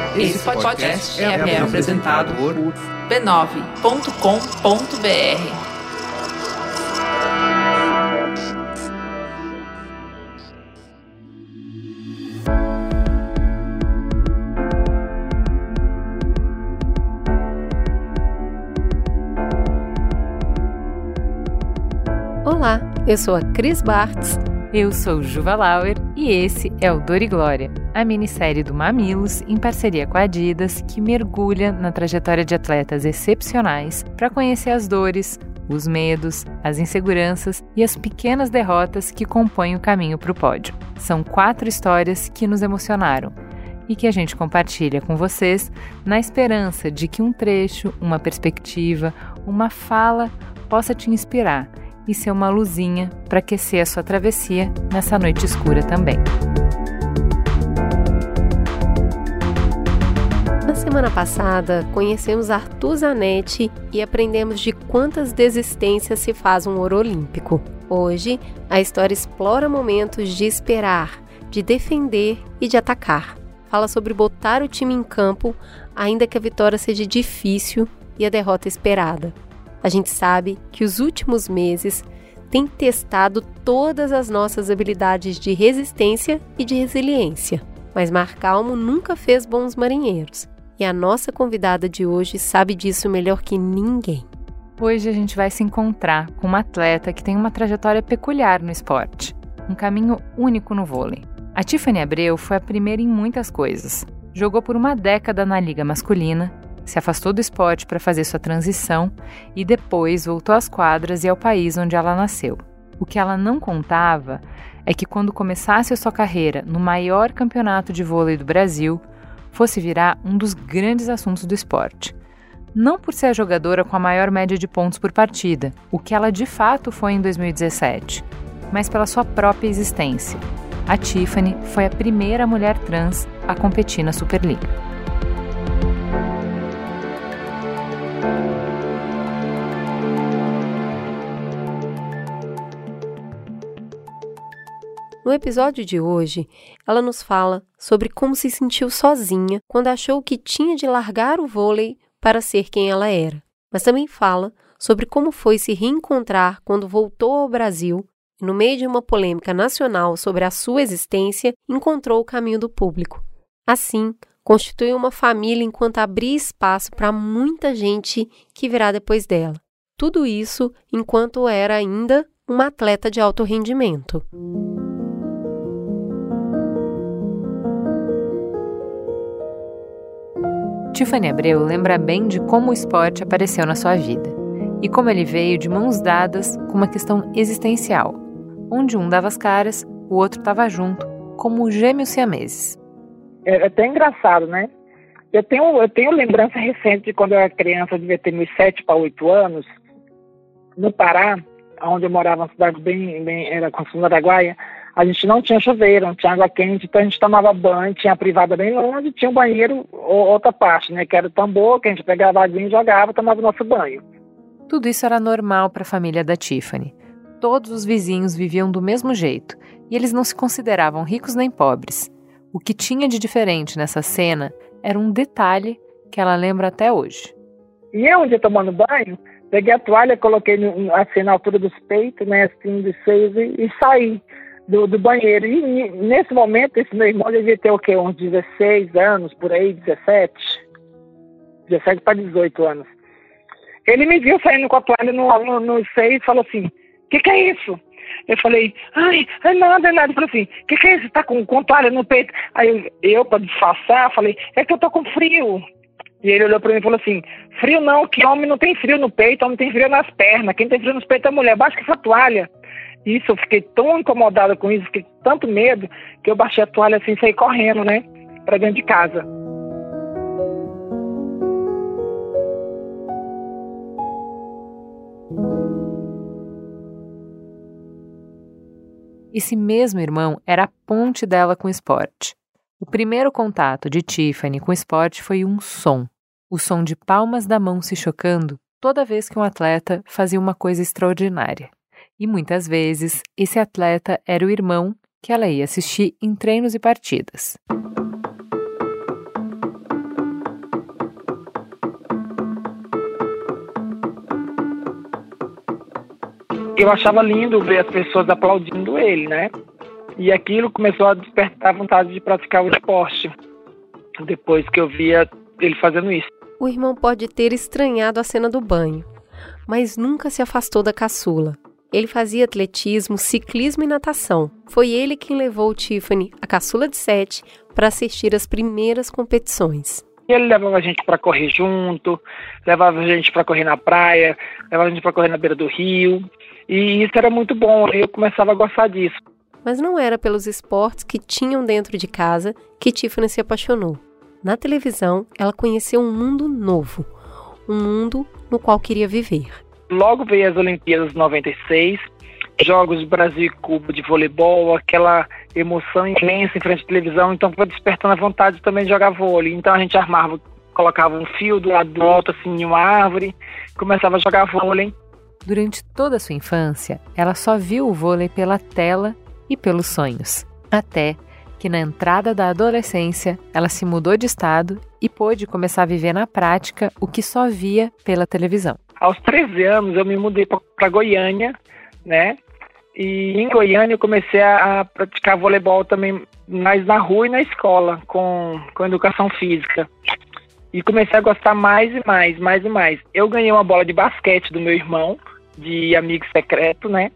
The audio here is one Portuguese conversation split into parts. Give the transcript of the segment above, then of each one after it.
Esse podcast é apresentado por b9.com.br. Olá, eu sou a Cris Bartz. Eu sou Juva Lauer e esse é o Dor e Glória, a minissérie do Mamilos em parceria com a Adidas que mergulha na trajetória de atletas excepcionais para conhecer as dores, os medos, as inseguranças e as pequenas derrotas que compõem o caminho para o pódio. São 4 histórias que nos emocionaram e que a gente compartilha com vocês na esperança de que um trecho, uma perspectiva, uma fala possa te inspirar e ser uma luzinha para aquecer a sua travessia nessa noite escura também. Na semana passada, conhecemos Arthur Zanetti e aprendemos de quantas desistências se faz um ouro olímpico. Hoje, a história explora momentos de esperar, de defender e de atacar. Fala sobre botar o time em campo, ainda que a vitória seja difícil e a derrota esperada. A gente sabe que os últimos meses têm testado todas as nossas habilidades de resistência e de resiliência. Mas mar calmo nunca fez bons marinheiros. E a nossa convidada de hoje sabe disso melhor que ninguém. Hoje a gente vai se encontrar com uma atleta que tem uma trajetória peculiar no esporte. Um caminho único no vôlei. A Tiffany Abreu foi a primeira em muitas coisas. Jogou por uma década na liga masculina, se afastou do esporte para fazer sua transição e depois voltou às quadras e ao país onde ela nasceu. O que ela não contava é que quando começasse a sua carreira no maior campeonato de vôlei do Brasil, fosse virar um dos grandes assuntos do esporte. Não por ser a jogadora com a maior média de pontos por partida, o que ela de fato foi em 2017, mas pela sua própria existência. A Tiffany foi a primeira mulher trans a competir na Superliga. No episódio de hoje, ela nos fala sobre como se sentiu sozinha quando achou que tinha de largar o vôlei para ser quem ela era. Mas também fala sobre como foi se reencontrar quando voltou ao Brasil e, no meio de uma polêmica nacional sobre a sua existência, encontrou o caminho do público. Assim, constituiu uma família enquanto abria espaço para muita gente que virá depois dela. Tudo isso enquanto era ainda uma atleta de alto rendimento. Tiffany Abreu lembra bem de como o esporte apareceu na sua vida e como ele veio de mãos dadas com uma questão existencial, onde um dava as caras, o outro estava junto, como gêmeos siameses. É até engraçado, né? Eu tenho lembrança recente de quando eu era criança, eu devia ter uns 7 para 8 anos, no Pará, onde eu morava, uma cidade era Consul do Araguaia. A gente não tinha chuveiro, não tinha água quente, então a gente tomava banho, tinha a privada bem longe, tinha um banheiro, outra parte, né, que era o tambor, que a gente pegava a aguinha e jogava, tomava o nosso banho. Tudo isso era normal para a família da Tiffany. Todos os vizinhos viviam do mesmo jeito, e eles não se consideravam ricos nem pobres. O que tinha de diferente nessa cena era um detalhe que ela lembra até hoje. E eu, um dia tomando banho, peguei a toalha, coloquei assim na altura dos peitos, né, assim, dos seios, e saí do banheiro. E nesse momento, esse meu irmão devia ter o quê? Uns 16 anos, por aí, 17 para 18 anos. Ele me viu saindo com a toalha no seio e falou assim: que é isso? Eu falei: é nada. Ele falou assim: que é isso? Você tá com toalha no peito? Aí eu para disfarçar, falei: é que eu tô com frio. E ele olhou para mim e falou assim: frio não, que homem não tem frio no peito, homem tem frio nas pernas, quem tem frio nos peitos é mulher, baixa essa toalha. Isso, eu fiquei tão incomodada com isso, fiquei com tanto medo, que eu baixei a toalha assim e saí correndo, né, para dentro de casa. Esse mesmo irmão era a ponte dela com o esporte. O primeiro contato de Tiffany com o esporte foi um som. O som de palmas da mão se chocando toda vez que um atleta fazia uma coisa extraordinária. E muitas vezes, esse atleta era o irmão que ela ia assistir em treinos e partidas. eu achava lindo ver as pessoas aplaudindo ele, né? E aquilo começou a despertar a vontade de praticar o esporte, depois que eu via ele fazendo isso. O irmão pode ter estranhado a cena do banho, mas nunca se afastou da caçula. Ele fazia atletismo, ciclismo e natação. Foi ele quem levou Tiffany, a caçula de 7, para assistir às primeiras competições. Ele levava a gente para correr junto, levava a gente para correr na praia, levava a gente para correr na beira do rio. E isso era muito bom, eu começava a gostar disso. Mas não era pelos esportes que tinham dentro de casa que Tiffany se apaixonou. Na televisão, ela conheceu um mundo novo, um mundo no qual queria viver. Logo veio as Olimpíadas de 96, Jogos de Brasil e Cuba de voleibol, aquela emoção imensa em frente à televisão, então foi despertando a vontade também de jogar vôlei. Então a gente armava, colocava um fio do lado do outro, assim, em uma árvore, começava a jogar vôlei. Durante toda a sua infância, ela só viu o vôlei pela tela e pelos sonhos. Até que na entrada da adolescência, ela se mudou de estado e pôde começar a viver na prática o que só via pela televisão. Aos 13 anos, eu me mudei para Goiânia, né? E em Goiânia eu comecei a praticar voleibol também, mais na rua e na escola, com educação física. E comecei a gostar mais e mais. Eu ganhei uma bola de basquete do meu irmão, de amigo secreto, né?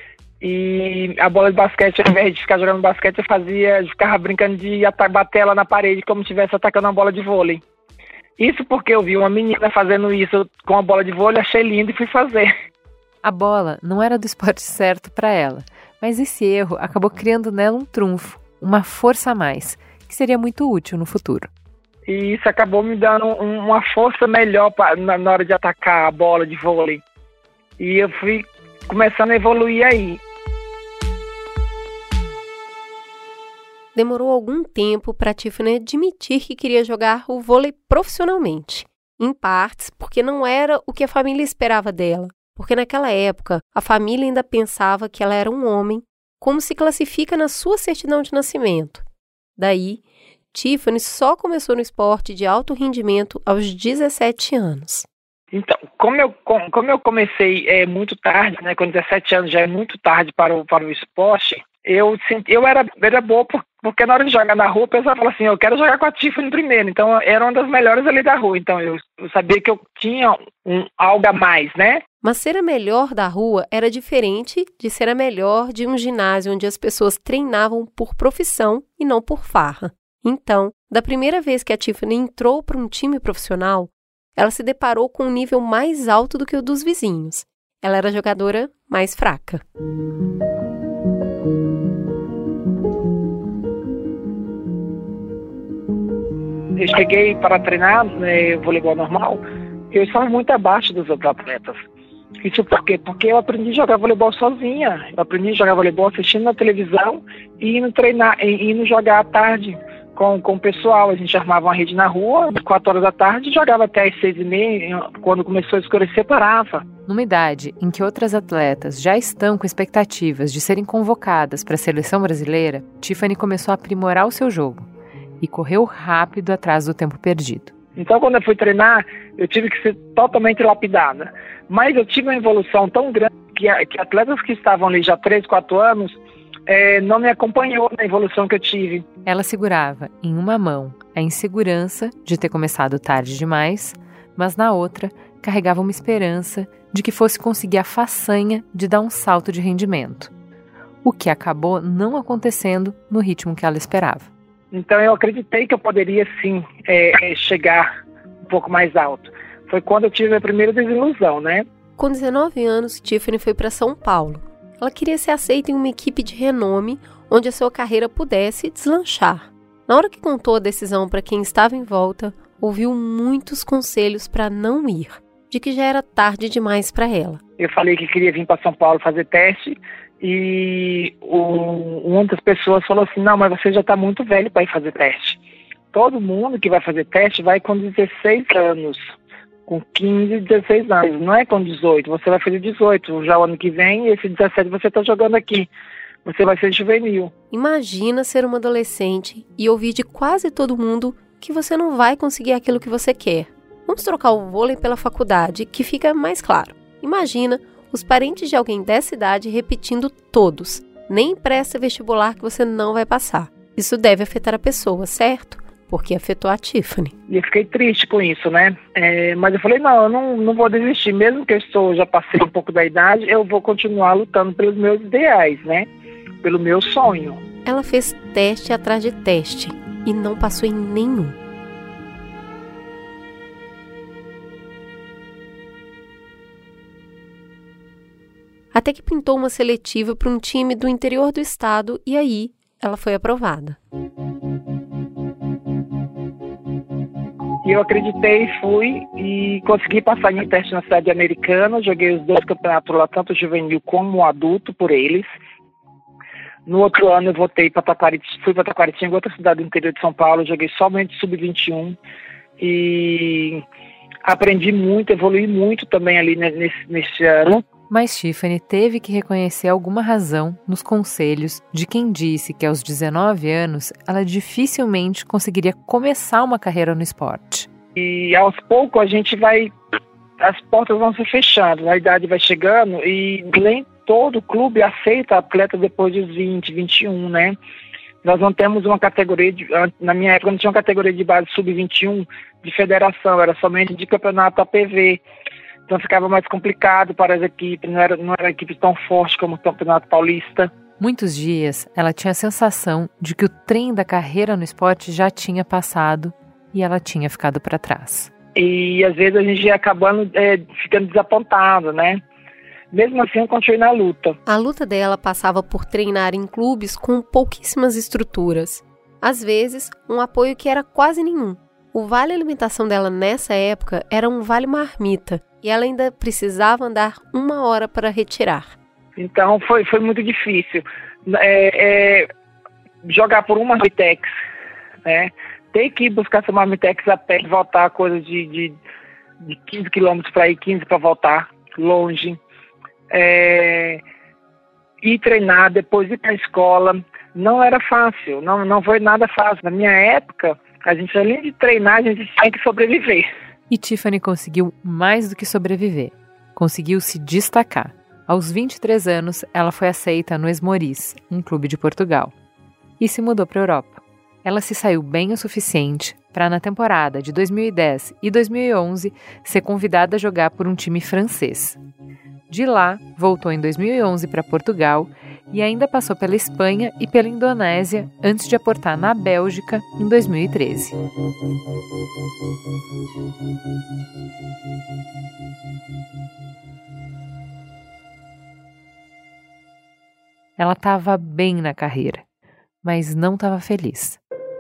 E a bola de basquete, ao invés de ficar jogando basquete, eu ficava brincando de bater ela na parede como se estivesse atacando uma bola de vôlei. Isso porque eu vi uma menina fazendo isso com a bola de vôlei, achei lindo e fui fazer. A bola não era do esporte certo para ela, mas esse erro acabou criando nela um trunfo, uma força a mais, que seria muito útil no futuro. E isso acabou me dando uma força melhor na hora de atacar a bola de vôlei. E eu fui começando a evoluir aí. Demorou algum tempo para Tiffany admitir que queria jogar o vôlei profissionalmente. Em partes, porque não era o que a família esperava dela. Porque naquela época, a família ainda pensava que ela era um homem, como se classifica na sua certidão de nascimento. Daí, Tiffany só começou no esporte de alto rendimento aos 17 anos. Então, como eu comecei muito tarde, né, com 17 anos já é muito tarde para o esporte, eu era boa porque na hora de jogar na rua, o pessoal falava assim, eu quero jogar com a Tiffany primeiro, então era uma das melhores ali da rua, então eu sabia que eu tinha algo a mais, né? Mas ser a melhor da rua era diferente de ser a melhor de um ginásio onde as pessoas treinavam por profissão e não por farra. Então, da primeira vez que a Tiffany entrou para um time profissional, ela se deparou com um nível mais alto do que o dos vizinhos. Ela era a jogadora mais fraca. Eu cheguei para treinar voleibol normal, eu estava muito abaixo dos outros atletas. Isso por quê? Porque eu aprendi a jogar voleibol sozinha. Eu aprendi a jogar voleibol assistindo na televisão e indo treinar, indo jogar à tarde com o pessoal. A gente armava uma rede na rua, às 4 horas da tarde, jogava até às 6h30. Quando começou a escurecer, parava. Numa idade em que outras atletas já estão com expectativas de serem convocadas para a seleção brasileira, Tiffany começou a aprimorar o seu jogo e correu rápido atrás do tempo perdido. Então, quando eu fui treinar, eu tive que ser totalmente lapidada. Mas eu tive uma evolução tão grande que atletas que estavam ali já há 3, 4 anos não me acompanhou na evolução que eu tive. Ela segurava em uma mão a insegurança de ter começado tarde demais, mas na outra carregava uma esperança de que fosse conseguir a façanha de dar um salto de rendimento, o que acabou não acontecendo no ritmo que ela esperava. Então eu acreditei que eu poderia sim chegar um pouco mais alto. Foi quando eu tive a primeira desilusão, né? Com 19 anos, Tiffany foi para São Paulo. Ela queria ser aceita em uma equipe de renome onde a sua carreira pudesse deslanchar. Na hora que contou a decisão para quem estava em volta, ouviu muitos conselhos para não ir, de que já era tarde demais para ela. Eu falei que queria vir para São Paulo fazer teste e uma das pessoas falou assim, não, mas você já está muito velho para ir fazer teste. Todo mundo que vai fazer teste vai com 16 anos. Com 15, 16 anos, não é com 18, você vai fazer 18, já o ano que vem, esse 17 você está jogando aqui, você vai ser juvenil. Imagina ser uma adolescente e ouvir de quase todo mundo que você não vai conseguir aquilo que você quer. Vamos trocar o vôlei pela faculdade, que fica mais claro. Imagina os parentes de alguém dessa idade repetindo todos. Nem presta vestibular que você não vai passar. Isso deve afetar a pessoa, certo? Porque afetou a Tiffany. E eu fiquei triste com isso, né? Mas eu falei, não, eu não vou desistir. Mesmo que eu já passei um pouco da idade, eu vou continuar lutando pelos meus ideais, né? Pelo meu sonho. Ela fez teste atrás de teste e não passou em nenhum. Até que pintou uma seletiva para um time do interior do estado e aí ela foi aprovada. E eu acreditei, fui e consegui passar em teste na cidade americana. Joguei os 2 campeonatos lá, tanto o juvenil como o adulto, por eles. No outro ano eu voltei para Taquaritinga, fui para Taquaritinga, outra cidade do interior de São Paulo. Joguei somente sub-21 e aprendi muito, evolui muito também ali nesse ano. Mas Tiffany teve que reconhecer alguma razão nos conselhos de quem disse que aos 19 anos ela dificilmente conseguiria começar uma carreira no esporte. E aos poucos as portas vão se fechando, a idade vai chegando e nem todo clube aceita atleta depois dos 20, 21, né? Nós não temos uma categoria, na minha época não tinha uma categoria de base sub-21 de federação, era somente de campeonato APV. Então ficava mais complicado para as equipes, não era equipe tão forte como o Campeonato Paulista. Muitos dias ela tinha a sensação de que o trem da carreira no esporte já tinha passado e ela tinha ficado para trás. E às vezes a gente ia acabando ficando desapontado, né? Mesmo assim eu continuei na luta. A luta dela passava por treinar em clubes com pouquíssimas estruturas. Às vezes, um apoio que era quase nenhum. O vale alimentação dela nessa época era um vale marmita e ela ainda precisava andar 1 hora para retirar. Então foi muito difícil. Jogar por uma Marmitex, né? Ter que ir buscar essa Marmitex a pé e voltar, coisa de 15 quilômetros para ir, 15 para voltar, longe. Ir treinar, depois ir para a escola, não era fácil, não foi nada fácil. Na minha época, a gente, além de treinar, a gente tinha que sobreviver. E Tiffany conseguiu mais do que sobreviver. Conseguiu se destacar. Aos 23 anos, ela foi aceita no Esmoriz, um clube de Portugal. E se mudou para a Europa. Ela se saiu bem o suficiente para, na temporada de 2010 e 2011, ser convidada a jogar por um time francês. De lá, voltou em 2011 para Portugal e ainda passou pela Espanha e pela Indonésia antes de aportar na Bélgica em 2013. Ela estava bem na carreira, mas não estava feliz.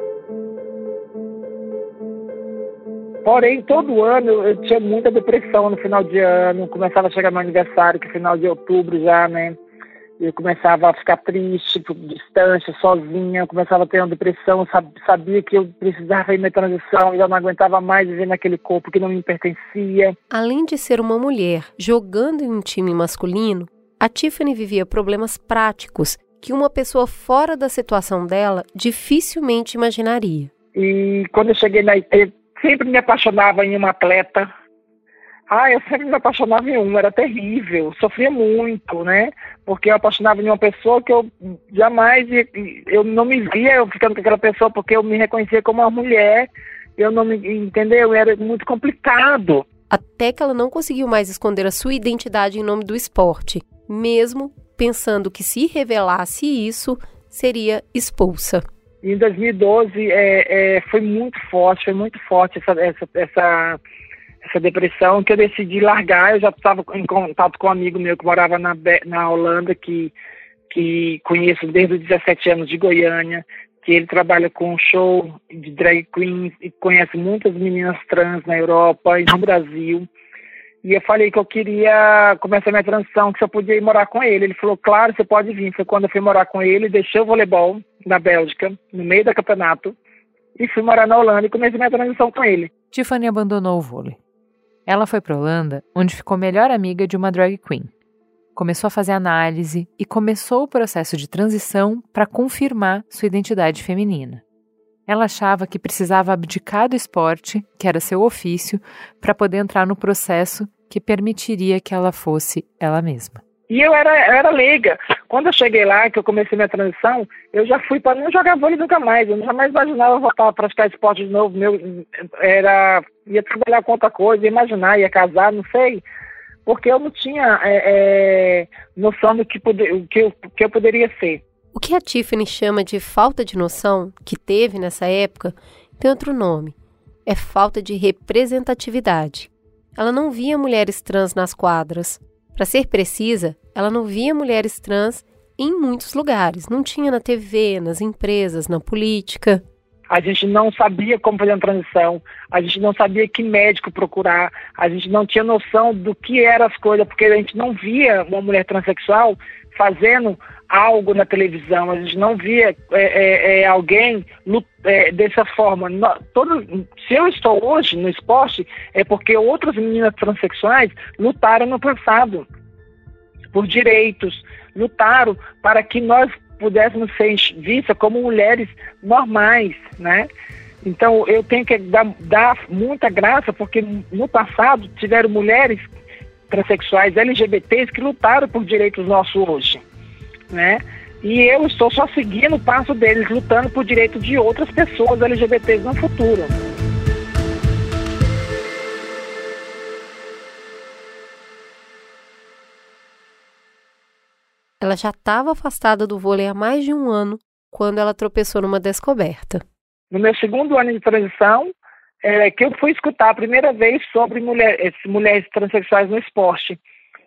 Porém, todo ano eu tinha muita depressão no final de ano, começava a chegar meu aniversário, que é final de outubro já, né? Eu começava a ficar triste, distante, sozinha, começava a ter uma depressão, sabia que eu precisava ir na transição, eu já não aguentava mais viver naquele corpo que não me pertencia. Além de ser uma mulher jogando em um time masculino, a Tiffany vivia problemas práticos que uma pessoa fora da situação dela dificilmente imaginaria. E quando eu cheguei na IT, sempre me apaixonava em uma atleta. Eu sempre me apaixonava em uma, era terrível, sofria muito, né? Porque eu apaixonava em uma pessoa que eu jamais, eu não me via eu ficando com aquela pessoa porque eu me reconhecia como uma mulher, eu não me, entendeu? Era muito complicado. Até que ela não conseguiu mais esconder a sua identidade em nome do esporte, mesmo pensando que se revelasse isso, seria expulsa. Em 2012 foi muito forte essa depressão, que eu decidi largar. Eu já estava em contato com um amigo meu que morava na Holanda, que conheço desde os 17 anos, de Goiânia, que ele trabalha com show de drag queens e conhece muitas meninas trans na Europa e no Brasil. E eu falei que eu queria começar minha transição, que se eu podia ir morar com ele. Ele falou, claro, você pode vir. Foi quando eu fui morar com ele, deixei o voleibol na Bélgica, no meio do campeonato, e fui morar na Holanda e comecei minha transição com ele. Tiffany abandonou o vôlei. Ela foi para a Holanda, onde ficou melhor amiga de uma drag queen. Começou a fazer análise e começou o processo de transição para confirmar sua identidade feminina. Ela achava que precisava abdicar do esporte, que era seu ofício, para poder entrar no processo que permitiria que ela fosse ela mesma. E eu era leiga. Quando eu cheguei lá, que eu comecei minha transição, eu já fui para não jogar vôlei nunca mais. Eu jamais imaginava voltar a praticar esporte de novo. Ia trabalhar com outra coisa, ia imaginar, ia casar, não sei. Porque eu não tinha noção do que eu poderia ser. O que a Tiffany chama de falta de noção, que teve nessa época, tem outro nome. É falta de representatividade. Ela não via mulheres trans nas quadras. Para ser precisa, ela não via mulheres trans em muitos lugares. Não tinha na TV, nas empresas, na política. A gente não sabia como fazer uma transição, a gente não sabia que médico procurar, a gente não tinha noção do que eram as coisas, porque a gente não via uma mulher transexual fazendo algo na televisão, a gente não via alguém dessa forma. Se eu estou hoje no esporte, é porque outras meninas transexuais lutaram no passado por direitos, lutaram para que nós pudéssemos ser vistas como mulheres normais, né? Então eu tenho que dar muita graça, porque no passado tiveram mulheres transexuais, LGBTs, que lutaram por direitos nossos hoje, né? E eu estou só seguindo o passo deles, lutando por direito de outras pessoas LGBTs no futuro. Ela já estava afastada do vôlei há mais de um ano, quando ela tropeçou numa descoberta. No meu segundo ano de transição, que eu fui escutar a primeira vez sobre mulheres transexuais no esporte.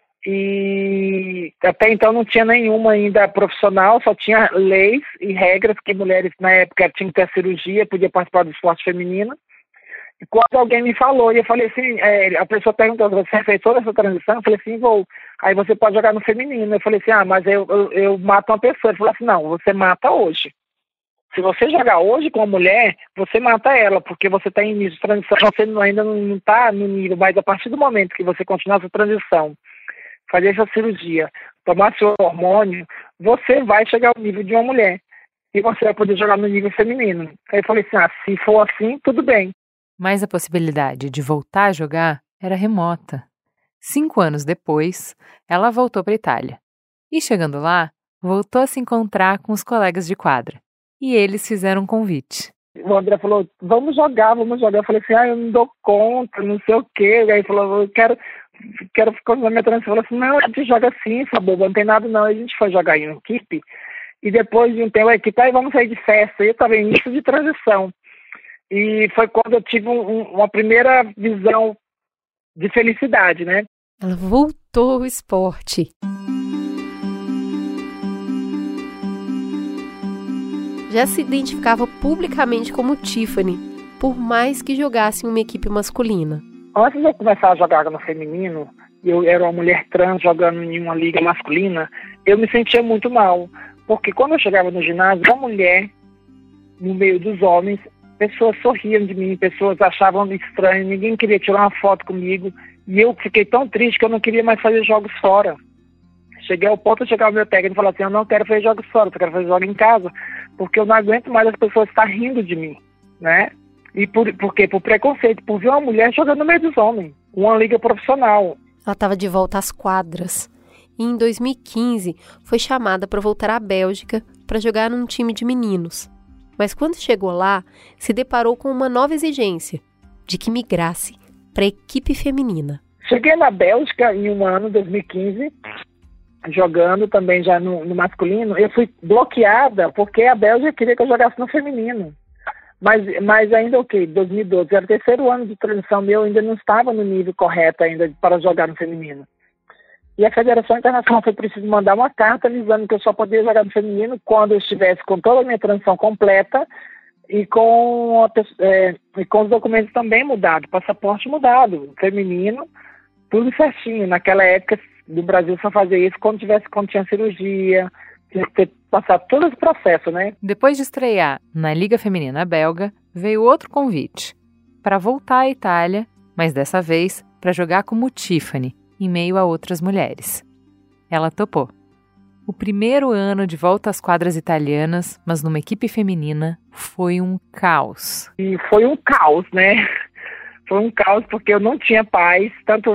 E até então não tinha nenhuma ainda profissional, só tinha leis e regras que mulheres na época tinham que ter cirurgia, podia participar do esporte feminino. E quando alguém me falou, e eu falei assim, a pessoa perguntou, você fez toda essa transição? Eu falei assim, vou. Aí você pode jogar no feminino. Eu falei assim, mas eu mato uma pessoa. Ele falou assim, não, você mata hoje. Se você jogar hoje com uma mulher, você mata ela, porque você está em início de transição, você ainda não está no nível, mas a partir do momento que você continuar essa transição, fazer essa cirurgia, tomar seu hormônio, você vai chegar ao nível de uma mulher. E você vai poder jogar no nível feminino. Aí eu falei assim, se for assim, tudo bem. Mas a possibilidade de voltar a jogar era remota. 5 anos depois, ela voltou para a Itália. E chegando lá, voltou a se encontrar com os colegas de quadra. E eles fizeram um convite. O André falou, vamos jogar. Eu falei assim, eu não dou conta, não sei o quê. Aí ele falou, eu quero ficar na minha transição. Ele falou assim, não, a gente joga assim, essa boba, não tem nada não. A gente foi jogar em equipe. E depois de um tempo, a equipe, aí vamos sair de festa. Eu estava em início de transição. E foi quando eu tive uma primeira visão de felicidade, né? Ela voltou ao esporte. Já se identificava publicamente como Tiffany, por mais que jogasse em uma equipe masculina. Antes de eu começar a jogar no feminino, eu era uma mulher trans jogando em uma liga masculina, eu me sentia muito mal. Porque quando eu chegava no ginásio, uma mulher, no meio dos homens, pessoas sorriam de mim, pessoas achavam estranho, ninguém queria tirar uma foto comigo. E eu fiquei tão triste que eu não queria mais fazer jogos fora. Cheguei ao ponto de chegar ao meu técnico e falar assim, eu não quero fazer jogos fora, eu quero fazer jogos em casa, porque eu não aguento mais as pessoas estar rindo de mim, né? E por quê? Por preconceito, por ver uma mulher jogando no meio dos homens, uma liga profissional. Ela estava de volta às quadras. E em 2015 foi chamada para voltar à Bélgica para jogar num time de meninos. Mas quando chegou lá, se deparou com uma nova exigência, de que migrasse para a equipe feminina. Cheguei na Bélgica em um ano, 2015, jogando também já no masculino. Eu fui bloqueada porque a Bélgica queria que eu jogasse no feminino. Mas ainda 2012, era o terceiro ano de transição meu, ainda não estava no nível correto ainda para jogar no feminino. E a Federação Internacional foi preciso mandar uma carta avisando que eu só poderia jogar no feminino quando eu estivesse com toda a minha transição completa e com os documentos também mudados, passaporte mudado, feminino, tudo certinho. Naquela época, do Brasil só fazia isso quando tinha cirurgia, tinha que ter passado todo esse processo, né? Depois de estrear na Liga Feminina Belga, veio outro convite para voltar à Itália, mas dessa vez para jogar como Tiffany, em meio a outras mulheres. Ela topou. O primeiro ano de volta às quadras italianas, mas numa equipe feminina, foi um caos. E foi um caos, né? Foi um caos porque eu não tinha paz, tanto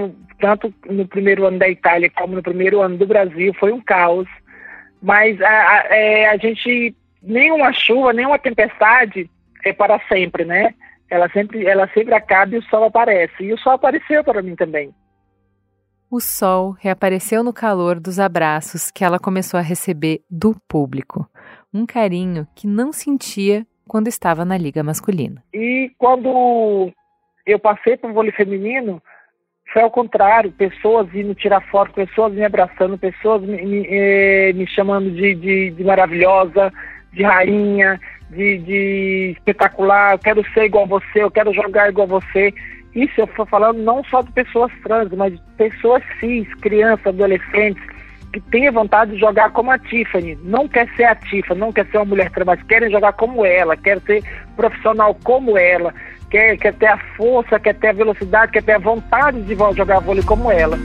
tanto no primeiro ano da Itália como no primeiro ano do Brasil, foi um caos. Mas a gente, nenhuma chuva, nenhuma tempestade é para sempre, né? Ela sempre acaba e o sol aparece. E o sol apareceu para mim também. O sol reapareceu no calor dos abraços que ela começou a receber do público. Um carinho que não sentia quando estava na liga masculina. E quando eu passei para o vôlei feminino, foi ao contrário, pessoas indo tirar foto, pessoas me abraçando, pessoas me chamando de maravilhosa, de rainha, de espetacular, eu quero ser igual a você, eu quero jogar igual a você. Isso eu estou falando não só de pessoas trans, mas de pessoas cis, crianças, adolescentes, que têm vontade de jogar como a Tiffany. Não quer ser a Tiffany, não quer ser uma mulher trans, mas querem jogar como ela, quer ser profissional como ela, quer ter a força, quer ter a velocidade, quer ter a vontade de jogar vôlei como ela.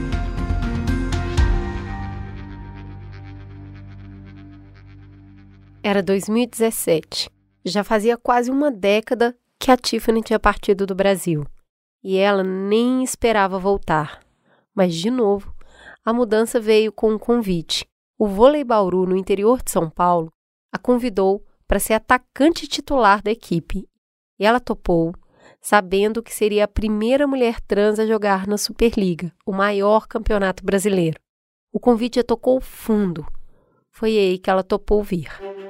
Era 2017. Já fazia quase uma década que a Tiffany tinha partido do Brasil. E ela nem esperava voltar. Mas, de novo, a mudança veio com um convite. O Vôlei Bauru, no interior de São Paulo, a convidou para ser atacante titular da equipe. E ela topou, sabendo que seria a primeira mulher trans a jogar na Superliga, o maior campeonato brasileiro. O convite a tocou fundo. Foi aí que ela topou vir.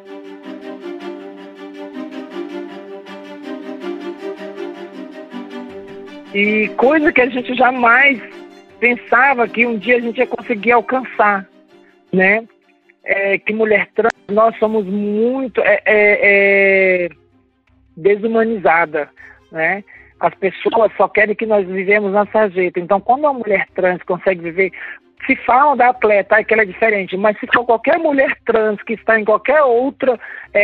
E coisa que a gente jamais pensava que um dia a gente ia conseguir alcançar, né? Que mulher trans, nós somos muito desumanizada, né? As pessoas só querem que nós vivemos na sarjeta. Então, quando uma mulher trans consegue viver, se fala da atleta, que ela é diferente, mas se for qualquer mulher trans que está em qualquer outra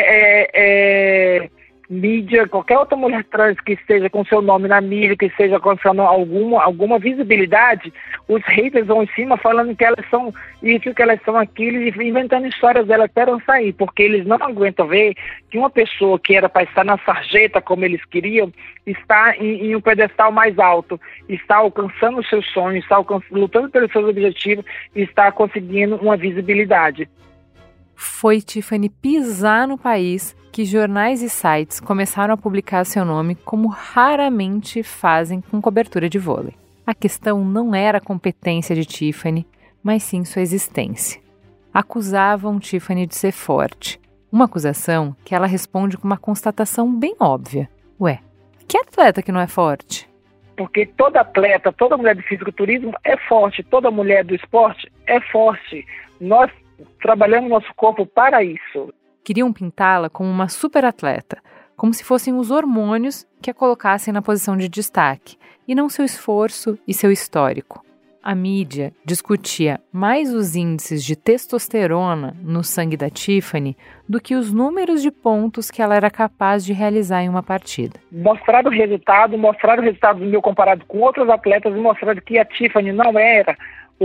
mídia, qualquer outra mulher trans que esteja com seu nome na mídia, que esteja alcançando alguma visibilidade, os haters vão em cima falando que elas são isso, que elas são aquilo, e inventando histórias delas até não sair, porque eles não aguentam ver que uma pessoa que era para estar na sarjeta como eles queriam, está em um pedestal mais alto, está alcançando os seus sonhos, está lutando pelos seus objetivos e está conseguindo uma visibilidade. Foi Tiffany pisar no país que jornais e sites começaram a publicar seu nome como raramente fazem com cobertura de vôlei. A questão não era a competência de Tiffany, mas sim sua existência. Acusavam Tiffany de ser forte. Uma acusação que ela responde com uma constatação bem óbvia. Ué, que atleta que não é forte? Porque toda atleta, toda mulher do fisiculturismo é forte, toda mulher do esporte é forte. Nós trabalhamos nosso corpo para isso. Queriam pintá-la como uma superatleta, como se fossem os hormônios que a colocassem na posição de destaque, e não seu esforço e seu histórico. A mídia discutia mais os índices de testosterona no sangue da Tiffany do que os números de pontos que ela era capaz de realizar em uma partida. Mostraram o resultado do meu comparado com outros atletas e mostraram que a Tiffany não era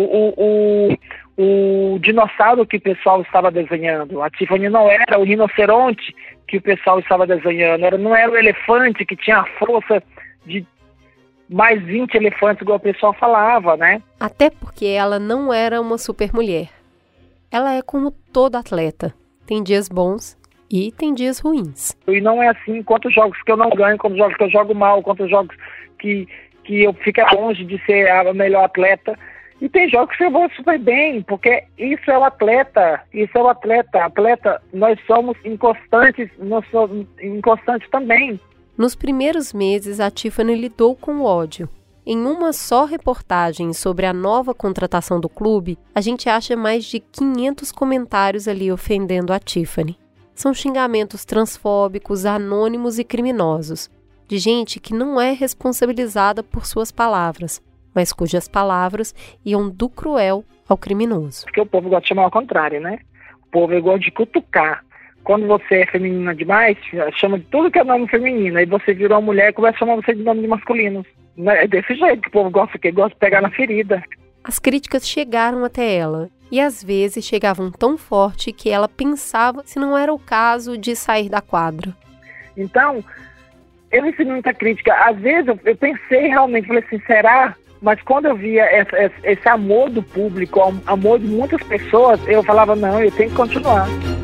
o dinossauro que o pessoal estava desenhando. A Tiffany não era o rinoceronte que o pessoal estava desenhando. Não era o elefante que tinha a força de mais 20 elefantes, igual o pessoal falava, né? Até porque ela não era uma supermulher. Ela é como todo atleta. Tem dias bons e tem dias ruins. E não é assim quantos jogos que eu não ganho, quantos jogos que eu jogo mal, quantos jogos que eu fico longe de ser a melhor atleta. E tem jogos que eu vou super bem, porque isso é o atleta, Atleta, nós somos inconstantes, também. Nos primeiros meses, a Tiffany lidou com o ódio. Em uma só reportagem sobre a nova contratação do clube, a gente acha mais de 500 comentários ali ofendendo a Tiffany. São xingamentos transfóbicos, anônimos e criminosos, de gente que não é responsabilizada por suas palavras, mas cujas palavras iam do cruel ao criminoso. Porque o povo gosta de chamar ao contrário, né? O povo gosta de cutucar. Quando você é feminina demais, chama de tudo que é nome feminino. Aí você virou uma mulher e começa a chamar você de nome de masculino. É desse jeito que o povo gosta de pegar na ferida. As críticas chegaram até ela. E às vezes chegavam tão forte que ela pensava se não era o caso de sair da quadra. Então, eu recebi muita crítica. Às vezes eu pensei realmente, falei assim, será Mas quando eu via esse amor do público, amor de muitas pessoas, eu falava, não, eu tenho que continuar.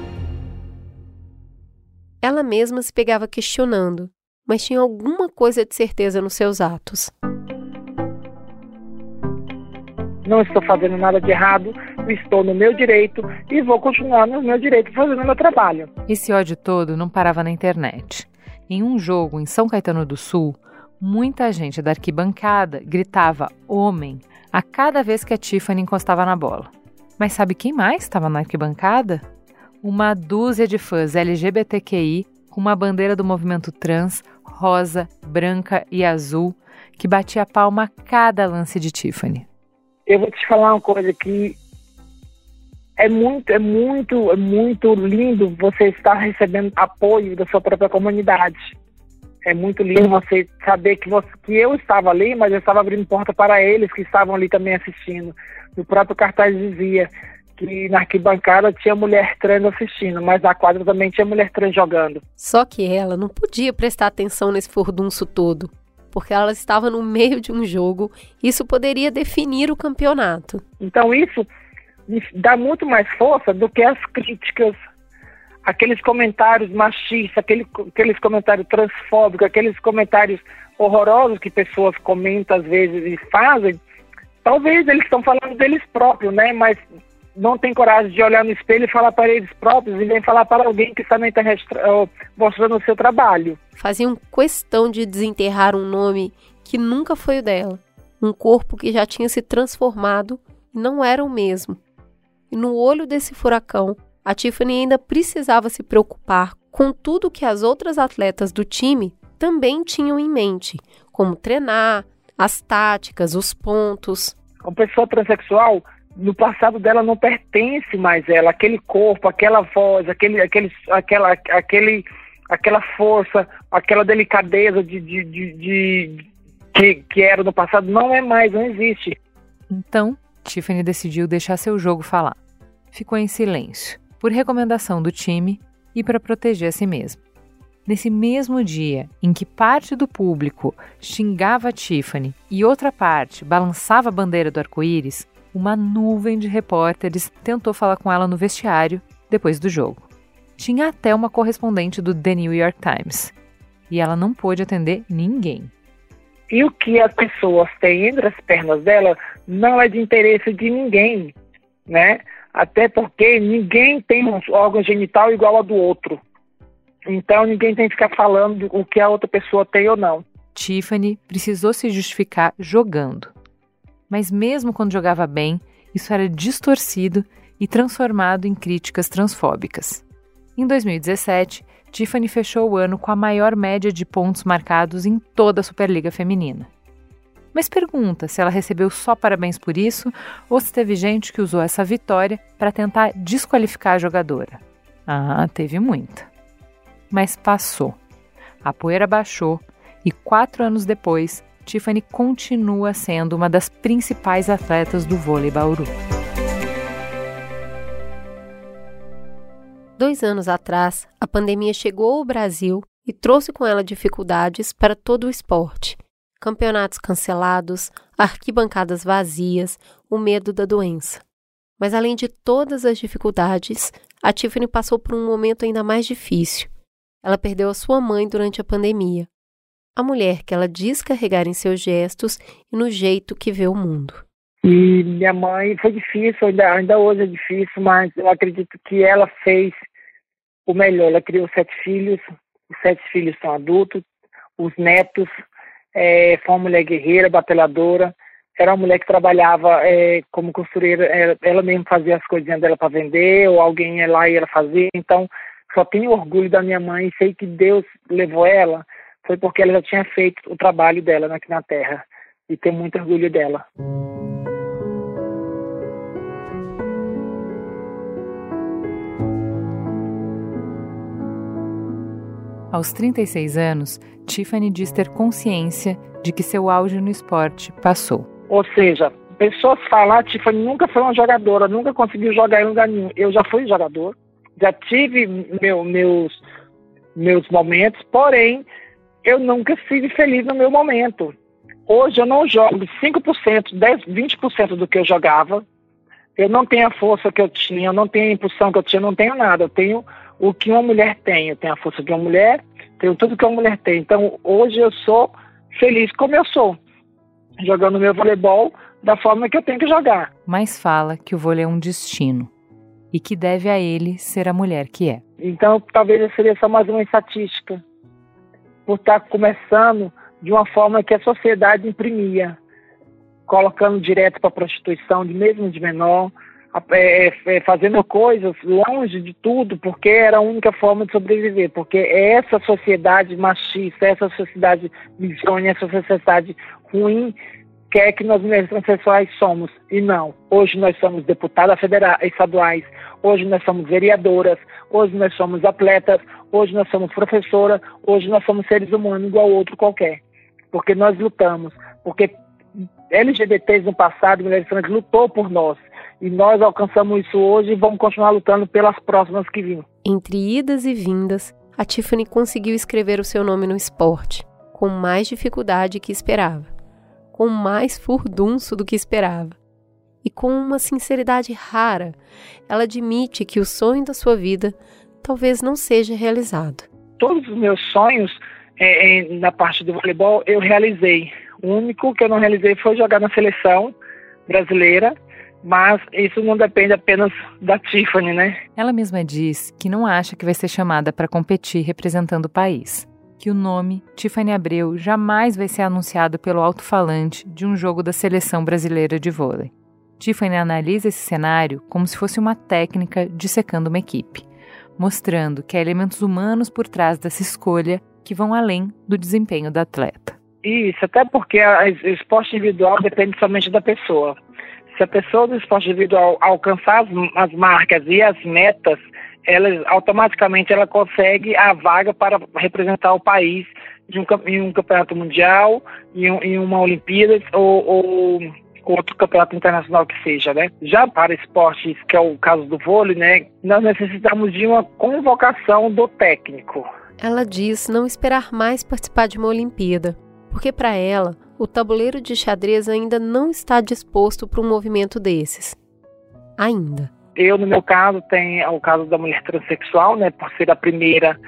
Ela mesma se pegava questionando, mas tinha alguma coisa de certeza nos seus atos. Não estou fazendo nada de errado, estou no meu direito e vou continuar no meu direito fazendo meu trabalho. Esse ódio todo não parava na internet. Em um jogo em São Caetano do Sul, muita gente da arquibancada gritava "homem" a cada vez que a Tiffany encostava na bola. Mas sabe quem mais estava na arquibancada? Uma dúzia de fãs LGBTQI com uma bandeira do movimento trans, rosa, branca e azul, que batia a palma a cada lance de Tiffany. Eu vou te falar uma coisa que é muito lindo você estar recebendo apoio da sua própria comunidade. É muito lindo você saber que eu estava ali, mas eu estava abrindo porta para eles que estavam ali também assistindo. O próprio cartaz dizia que na arquibancada tinha mulher trans assistindo, mas na quadra também tinha mulher trans jogando. Só que ela não podia prestar atenção nesse furdunço todo, porque ela estava no meio de um jogo, isso poderia definir o campeonato. Então isso dá muito mais força do que as críticas, aqueles comentários machistas, aqueles comentários transfóbicos, aqueles comentários horrorosos que pessoas comentam às vezes e fazem. Talvez eles estão falando deles próprios, né? Mas não tem coragem de olhar no espelho e falar para eles próprios e nem falar para alguém que está na internet mostrando o seu trabalho. Faziam questão de desenterrar um nome que nunca foi o dela, um corpo que já tinha se transformado e não era o mesmo. E no olho desse furacão, a Tiffany ainda precisava se preocupar com tudo que as outras atletas do time também tinham em mente, como treinar, as táticas, os pontos. Uma pessoa transexual, no passado dela não pertence mais a ela, aquele corpo, aquela voz, aquela força, aquela delicadeza que era no passado, não é mais, não existe. Então, Tiffany decidiu deixar seu jogo falar. Ficou em silêncio, por recomendação do time e para proteger a si mesma. Nesse mesmo dia em que parte do público xingava a Tiffany e outra parte balançava a bandeira do arco-íris, uma nuvem de repórteres tentou falar com ela no vestiário depois do jogo. Tinha até uma correspondente do The New York Times. E ela não pôde atender ninguém. E o que as pessoas têm entre as pernas dela não é de interesse de ninguém, né? Até porque ninguém tem um órgão genital igual ao do outro. Então ninguém tem que ficar falando o que a outra pessoa tem ou não. Tiffany precisou se justificar jogando. Mas mesmo quando jogava bem, isso era distorcido e transformado em críticas transfóbicas. Em 2017, Tiffany fechou o ano com a maior média de pontos marcados em toda a Superliga Feminina. Mas pergunta se ela recebeu só parabéns por isso ou se teve gente que usou essa vitória para tentar desqualificar a jogadora. Ah, teve muita. Mas passou. A poeira baixou e 4 anos depois, Tiffany continua sendo uma das principais atletas do vôlei Bauru. 2 anos atrás, a pandemia chegou ao Brasil e trouxe com ela dificuldades para todo o esporte. Campeonatos cancelados, arquibancadas vazias, o medo da doença. Mas além de todas as dificuldades, a Tiffany passou por um momento ainda mais difícil. Ela perdeu a sua mãe durante a pandemia. A mulher que ela diz carregar em seus gestos e no jeito que vê o mundo. E minha mãe foi difícil, ainda hoje é difícil, mas eu acredito que ela fez o melhor. Ela criou 7 filhos, os 7 filhos são adultos, os netos, foi uma mulher guerreira, batalhadora, era uma mulher que trabalhava como costureira, ela mesma fazia as coisinhas dela para vender, ou alguém ia lá e ela fazia, então só tenho orgulho da minha mãe, sei que Deus levou ela, foi porque ela já tinha feito o trabalho dela aqui na Terra, e tenho muito orgulho dela. Aos 36 anos, Tiffany diz ter consciência de que seu auge no esporte passou. Ou seja, pessoas falam, Tiffany nunca foi uma jogadora, nunca conseguiu jogar em lugar nenhum. Eu já fui jogador, já tive meus momentos, porém, eu nunca estive feliz no meu momento. Hoje eu não jogo 5%, 10%, 20% do que eu jogava. Eu não tenho a força que eu tinha, eu não tenho a impulsão que eu tinha, eu não tenho nada. Eu tenho o que uma mulher tem. Eu tenho a força de uma mulher, tenho tudo que uma mulher tem. Então, hoje eu sou feliz como eu sou, jogando meu voleibol da forma que eu tenho que jogar. Mas fala que o vôlei é um destino e que deve a ele ser a mulher que é. Então, talvez eu seria só mais uma estatística, por estar começando de uma forma que a sociedade imprimia, colocando direto para a prostituição, mesmo de menor, fazendo coisas longe de tudo, porque era a única forma de sobreviver, porque essa sociedade machista, essa sociedade misógina, essa sociedade ruim quer que nós mulheres transexuais somos, e não. Hoje nós somos deputadas federais, estaduais, hoje nós somos vereadoras, hoje nós somos atletas, hoje nós somos professora, hoje nós somos seres humanos igual outro qualquer, porque nós lutamos, porque LGBTs no passado, mulheres trans lutou por nós, e nós alcançamos isso hoje e vamos continuar lutando pelas próximas que virão. Entre idas e vindas, a Tiffany conseguiu escrever o seu nome no esporte, com mais dificuldade que esperava, com mais furdunço do que esperava. E com uma sinceridade rara, ela admite que o sonho da sua vida talvez não seja realizado. Todos os meus sonhos na parte do voleibol eu realizei. O único que eu não realizei foi jogar na seleção brasileira, mas isso não depende apenas da Tiffany, né? Ela mesma diz que não acha que vai ser chamada para competir representando o país, que o nome Tiffany Abreu jamais vai ser anunciado pelo alto-falante de um jogo da seleção brasileira de vôlei. Tiffany analisa esse cenário como se fosse uma técnica dissecando uma equipe, mostrando que há elementos humanos por trás dessa escolha que vão além do desempenho da atleta. Isso, até porque o esporte individual depende somente da pessoa. Se a pessoa do esporte individual alcançar as marcas e as metas, automaticamente ela consegue a vaga para representar o país em um campeonato mundial, em uma Olimpíada ou outro campeonato internacional que seja, né? Já para esportes, que é o caso do vôlei, né, nós necessitamos de uma convocação do técnico. Ela diz não esperar mais participar de uma Olimpíada, porque para ela, o tabuleiro de xadrez ainda não está disposto para um movimento desses. Ainda. Eu, no meu caso, tenho o caso da mulher transexual, né, por ser a primeira,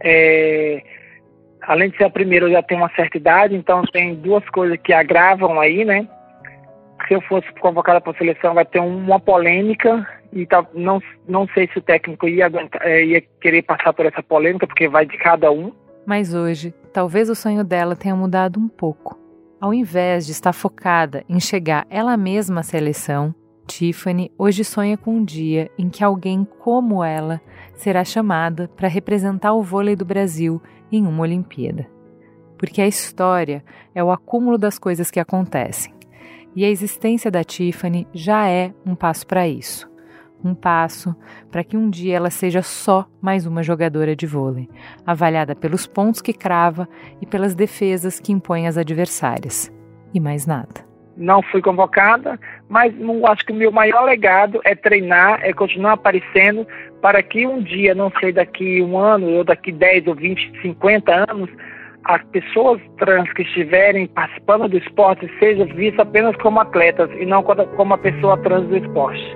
além de ser a primeira, eu já tenho uma certa idade, então tem duas coisas que agravam aí, né. Se eu fosse convocada para a seleção, vai ter uma polêmica, e não sei se o técnico ia querer passar por essa polêmica, porque vai de cada um. Mas hoje, talvez o sonho dela tenha mudado um pouco. Ao invés de estar focada em chegar ela mesma à seleção, Tiffany hoje sonha com um dia em que alguém como ela será chamada para representar o vôlei do Brasil em uma Olimpíada. Porque a história é o acúmulo das coisas que acontecem. E a existência da Tiffany já é um passo para isso. Um passo para que um dia ela seja só mais uma jogadora de vôlei, avaliada pelos pontos que crava e pelas defesas que impõe às adversárias. E mais nada. Não fui convocada, mas não acho que o meu maior legado é treinar, é continuar aparecendo, para que um dia, não sei, daqui um ano, ou daqui 10 ou 20, 50 anos, as pessoas trans que estiverem participando do esporte sejam vistas apenas como atletas e não como a pessoa trans do esporte.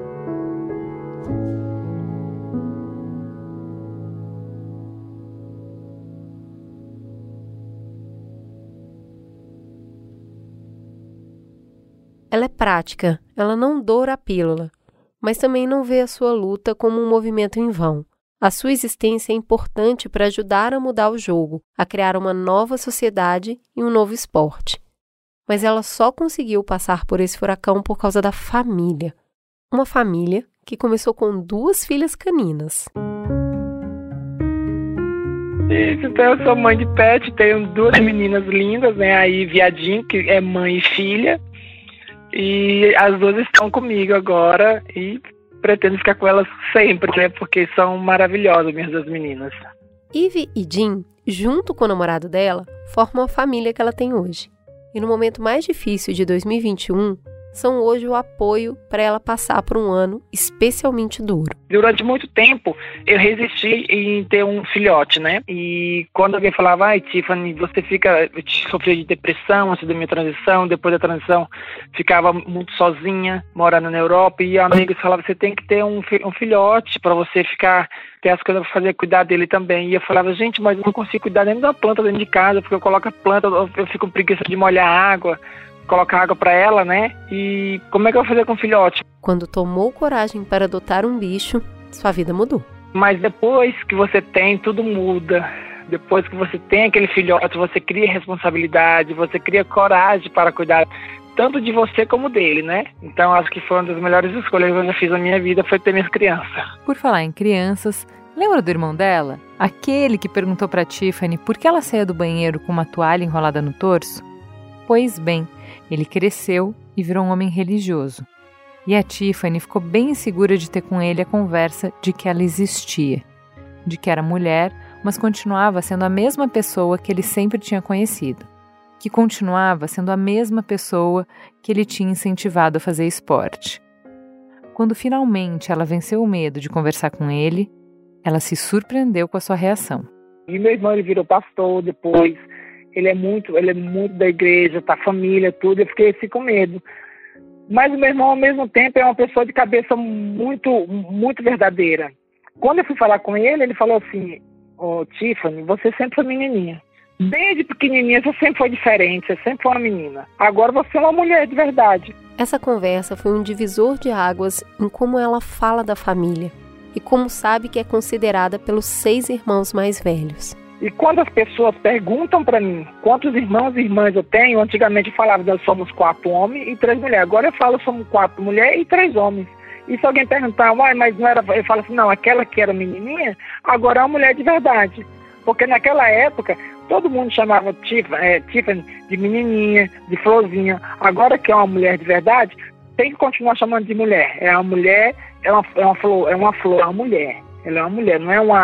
Ela é prática, ela não doura a pílula, mas também não vê a sua luta como um movimento em vão. A sua existência é importante para ajudar a mudar o jogo, a criar uma nova sociedade e um novo esporte. Mas ela só conseguiu passar por esse furacão por causa da família. Uma família que começou com 2 filhas caninas. Isso, então eu sou mãe de pet, tenho 2 meninas lindas, né? A Ivy e a Jean, que é mãe e filha. E as 2 estão comigo agora e pretendo ficar com elas sempre, né? Porque são maravilhosas, minhas 2 meninas. Ivy e Jean, junto com o namorado dela, formam a família que ela tem hoje. E no momento mais difícil de 2021, são hoje o apoio para ela passar por um ano especialmente duro. Durante muito tempo, eu resisti em ter um filhote, né? E quando alguém falava, ai, Tiffany, você sofria de depressão antes da minha transição, depois da transição ficava muito sozinha, morando na Europa, e amigos falavam, você tem que ter um filhote para você ter as coisas para fazer, cuidar dele também. E eu falava, gente, mas eu não consigo cuidar nem da planta dentro de casa, porque eu coloco a planta, eu fico com preguiça de molhar a água, colocar água para ela, né? E como é que eu vou fazer com o filhote? Quando tomou coragem para adotar um bicho, sua vida mudou. Mas depois que você tem, tudo muda. Depois que você tem aquele filhote, você cria responsabilidade, você cria coragem para cuidar tanto de você como dele, né? Então acho que foi uma das melhores escolhas que eu já fiz na minha vida, foi ter minhas crianças. Por falar em crianças, lembra do irmão dela? Aquele que perguntou para Tiffany por que ela saía do banheiro com uma toalha enrolada no torso? Pois bem, ele cresceu e virou um homem religioso. E a Tiffany ficou bem insegura de ter com ele a conversa de que ela existia, de que era mulher, mas continuava sendo a mesma pessoa que ele sempre tinha conhecido, que continuava sendo a mesma pessoa que ele tinha incentivado a fazer esporte. Quando finalmente ela venceu o medo de conversar com ele, ela se surpreendeu com a sua reação. E meu irmão, ele virou pastor depois, ele é muito da igreja, tá, família, tudo, eu fiquei assim com medo. Mas o meu irmão, ao mesmo tempo, é uma pessoa de cabeça muito, muito verdadeira. Quando eu fui falar com ele, ele falou assim, Tiffany, você sempre foi menininha. Desde pequenininha você sempre foi diferente, você sempre foi uma menina. Agora você é uma mulher de verdade. Essa conversa foi um divisor de águas em como ela fala da família e como sabe que é considerada pelos 6 irmãos mais velhos. E quando as pessoas perguntam para mim quantos irmãos e irmãs eu tenho, antigamente eu falava nós somos 4 homens e 3 mulheres. Agora eu falo somos 4 mulheres e 3 homens. E se alguém perguntar, mas não era, eu falo assim, não, aquela que era menininha, agora é uma mulher de verdade. Porque naquela época, todo mundo chamava Tiffany de menininha, de florzinha. Agora que é uma mulher de verdade, tem que continuar chamando de mulher. É uma mulher, é uma flor, é uma mulher. Ela é uma mulher,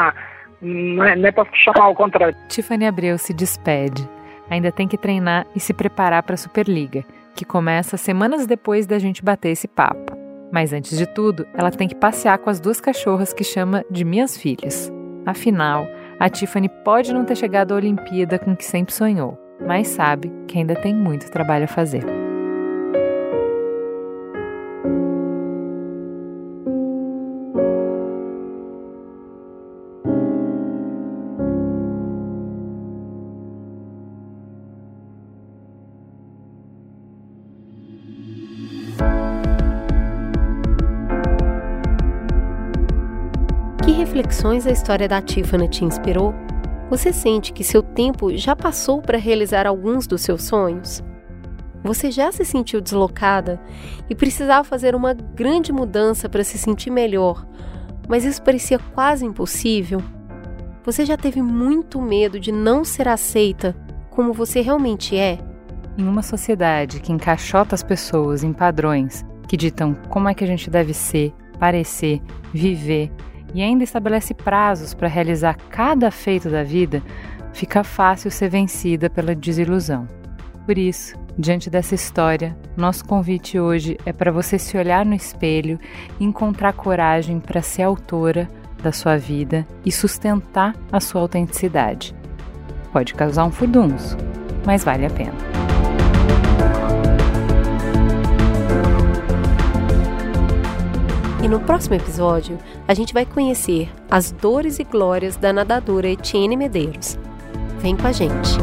não é para chamar ao contrário. Tiffany Abreu se despede. Ainda tem que treinar e se preparar para a Superliga, que começa semanas depois da gente bater esse papo. Mas antes de tudo, ela tem que passear com as 2 cachorras que chama de minhas filhas. Afinal, a Tiffany pode não ter chegado à Olimpíada com o que sempre sonhou, mas sabe que ainda tem muito trabalho a fazer. Que reflexões a história da Tiffany te inspirou? Você sente que seu tempo já passou para realizar alguns dos seus sonhos? Você já se sentiu deslocada e precisava fazer uma grande mudança para se sentir melhor, mas isso parecia quase impossível? Você já teve muito medo de não ser aceita como você realmente é? Em uma sociedade que encaixota as pessoas em padrões que ditam como é que a gente deve ser, parecer, viver, e ainda estabelece prazos para realizar cada feito da vida, fica fácil ser vencida pela desilusão. Por isso, diante dessa história, nosso convite hoje é para você se olhar no espelho e encontrar coragem para ser autora da sua vida e sustentar a sua autenticidade. Pode causar um furdunço, mas vale a pena. E no próximo episódio, a gente vai conhecer as dores e glórias da nadadora Etienne Medeiros. Vem com a gente!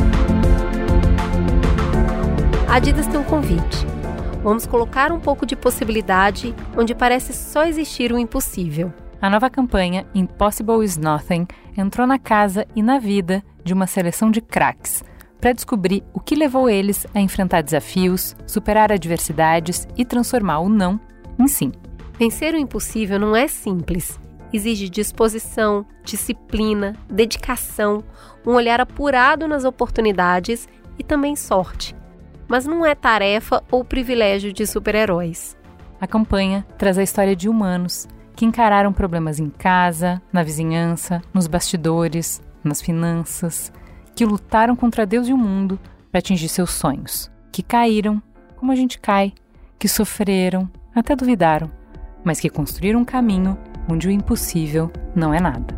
A Adidas tem um convite. Vamos colocar um pouco de possibilidade onde parece só existir o impossível. A nova campanha Impossible is Nothing entrou na casa e na vida de uma seleção de craques para descobrir o que levou eles a enfrentar desafios, superar adversidades e transformar o não em sim. Vencer o impossível não é simples. Exige disposição, disciplina, dedicação, um olhar apurado nas oportunidades e também sorte. Mas não é tarefa ou privilégio de super-heróis. A campanha traz a história de humanos que encararam problemas em casa, na vizinhança, nos bastidores, nas finanças, que lutaram contra Deus e o mundo para atingir seus sonhos, que caíram como a gente cai, que sofreram, até duvidaram, mas que construíram um caminho onde o impossível não é nada.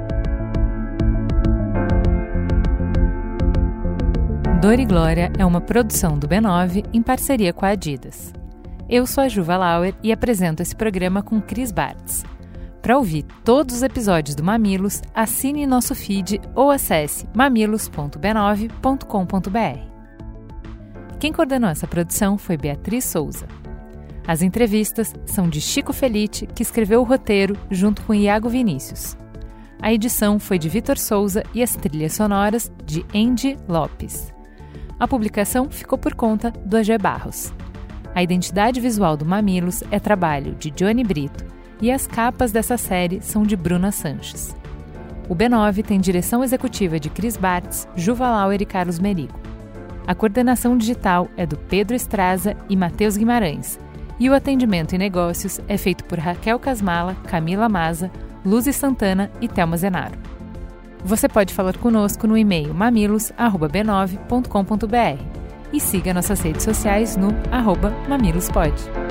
Dor e Glória é uma produção do B9 em parceria com a Adidas. Eu sou a Juva Lauer e apresento esse programa com Cris Bartz. Para ouvir todos os episódios do Mamilos, assine nosso feed ou acesse mamilos.b9.com.br. Quem coordenou essa produção foi Beatriz Souza. As entrevistas são de Chico Felitti, que escreveu o roteiro junto com Iago Vinícius. A edição foi de Vitor Souza e as trilhas sonoras de Andy Lopes. A publicação ficou por conta do AG Barros. A identidade visual do Mamilos é trabalho de Johnny Brito e as capas dessa série são de Bruna Sanches. O B9 tem direção executiva de Cris Bartz, Juva Lauer e Carlos Merigo. A coordenação digital é do Pedro Estraza e Matheus Guimarães, e o atendimento em negócios é feito por Raquel Casmala, Camila Maza, Luzi Santana e Thelma Zenaro. Você pode falar conosco no e-mail mamilos@b9.com.br e siga nossas redes sociais no @mamilospod.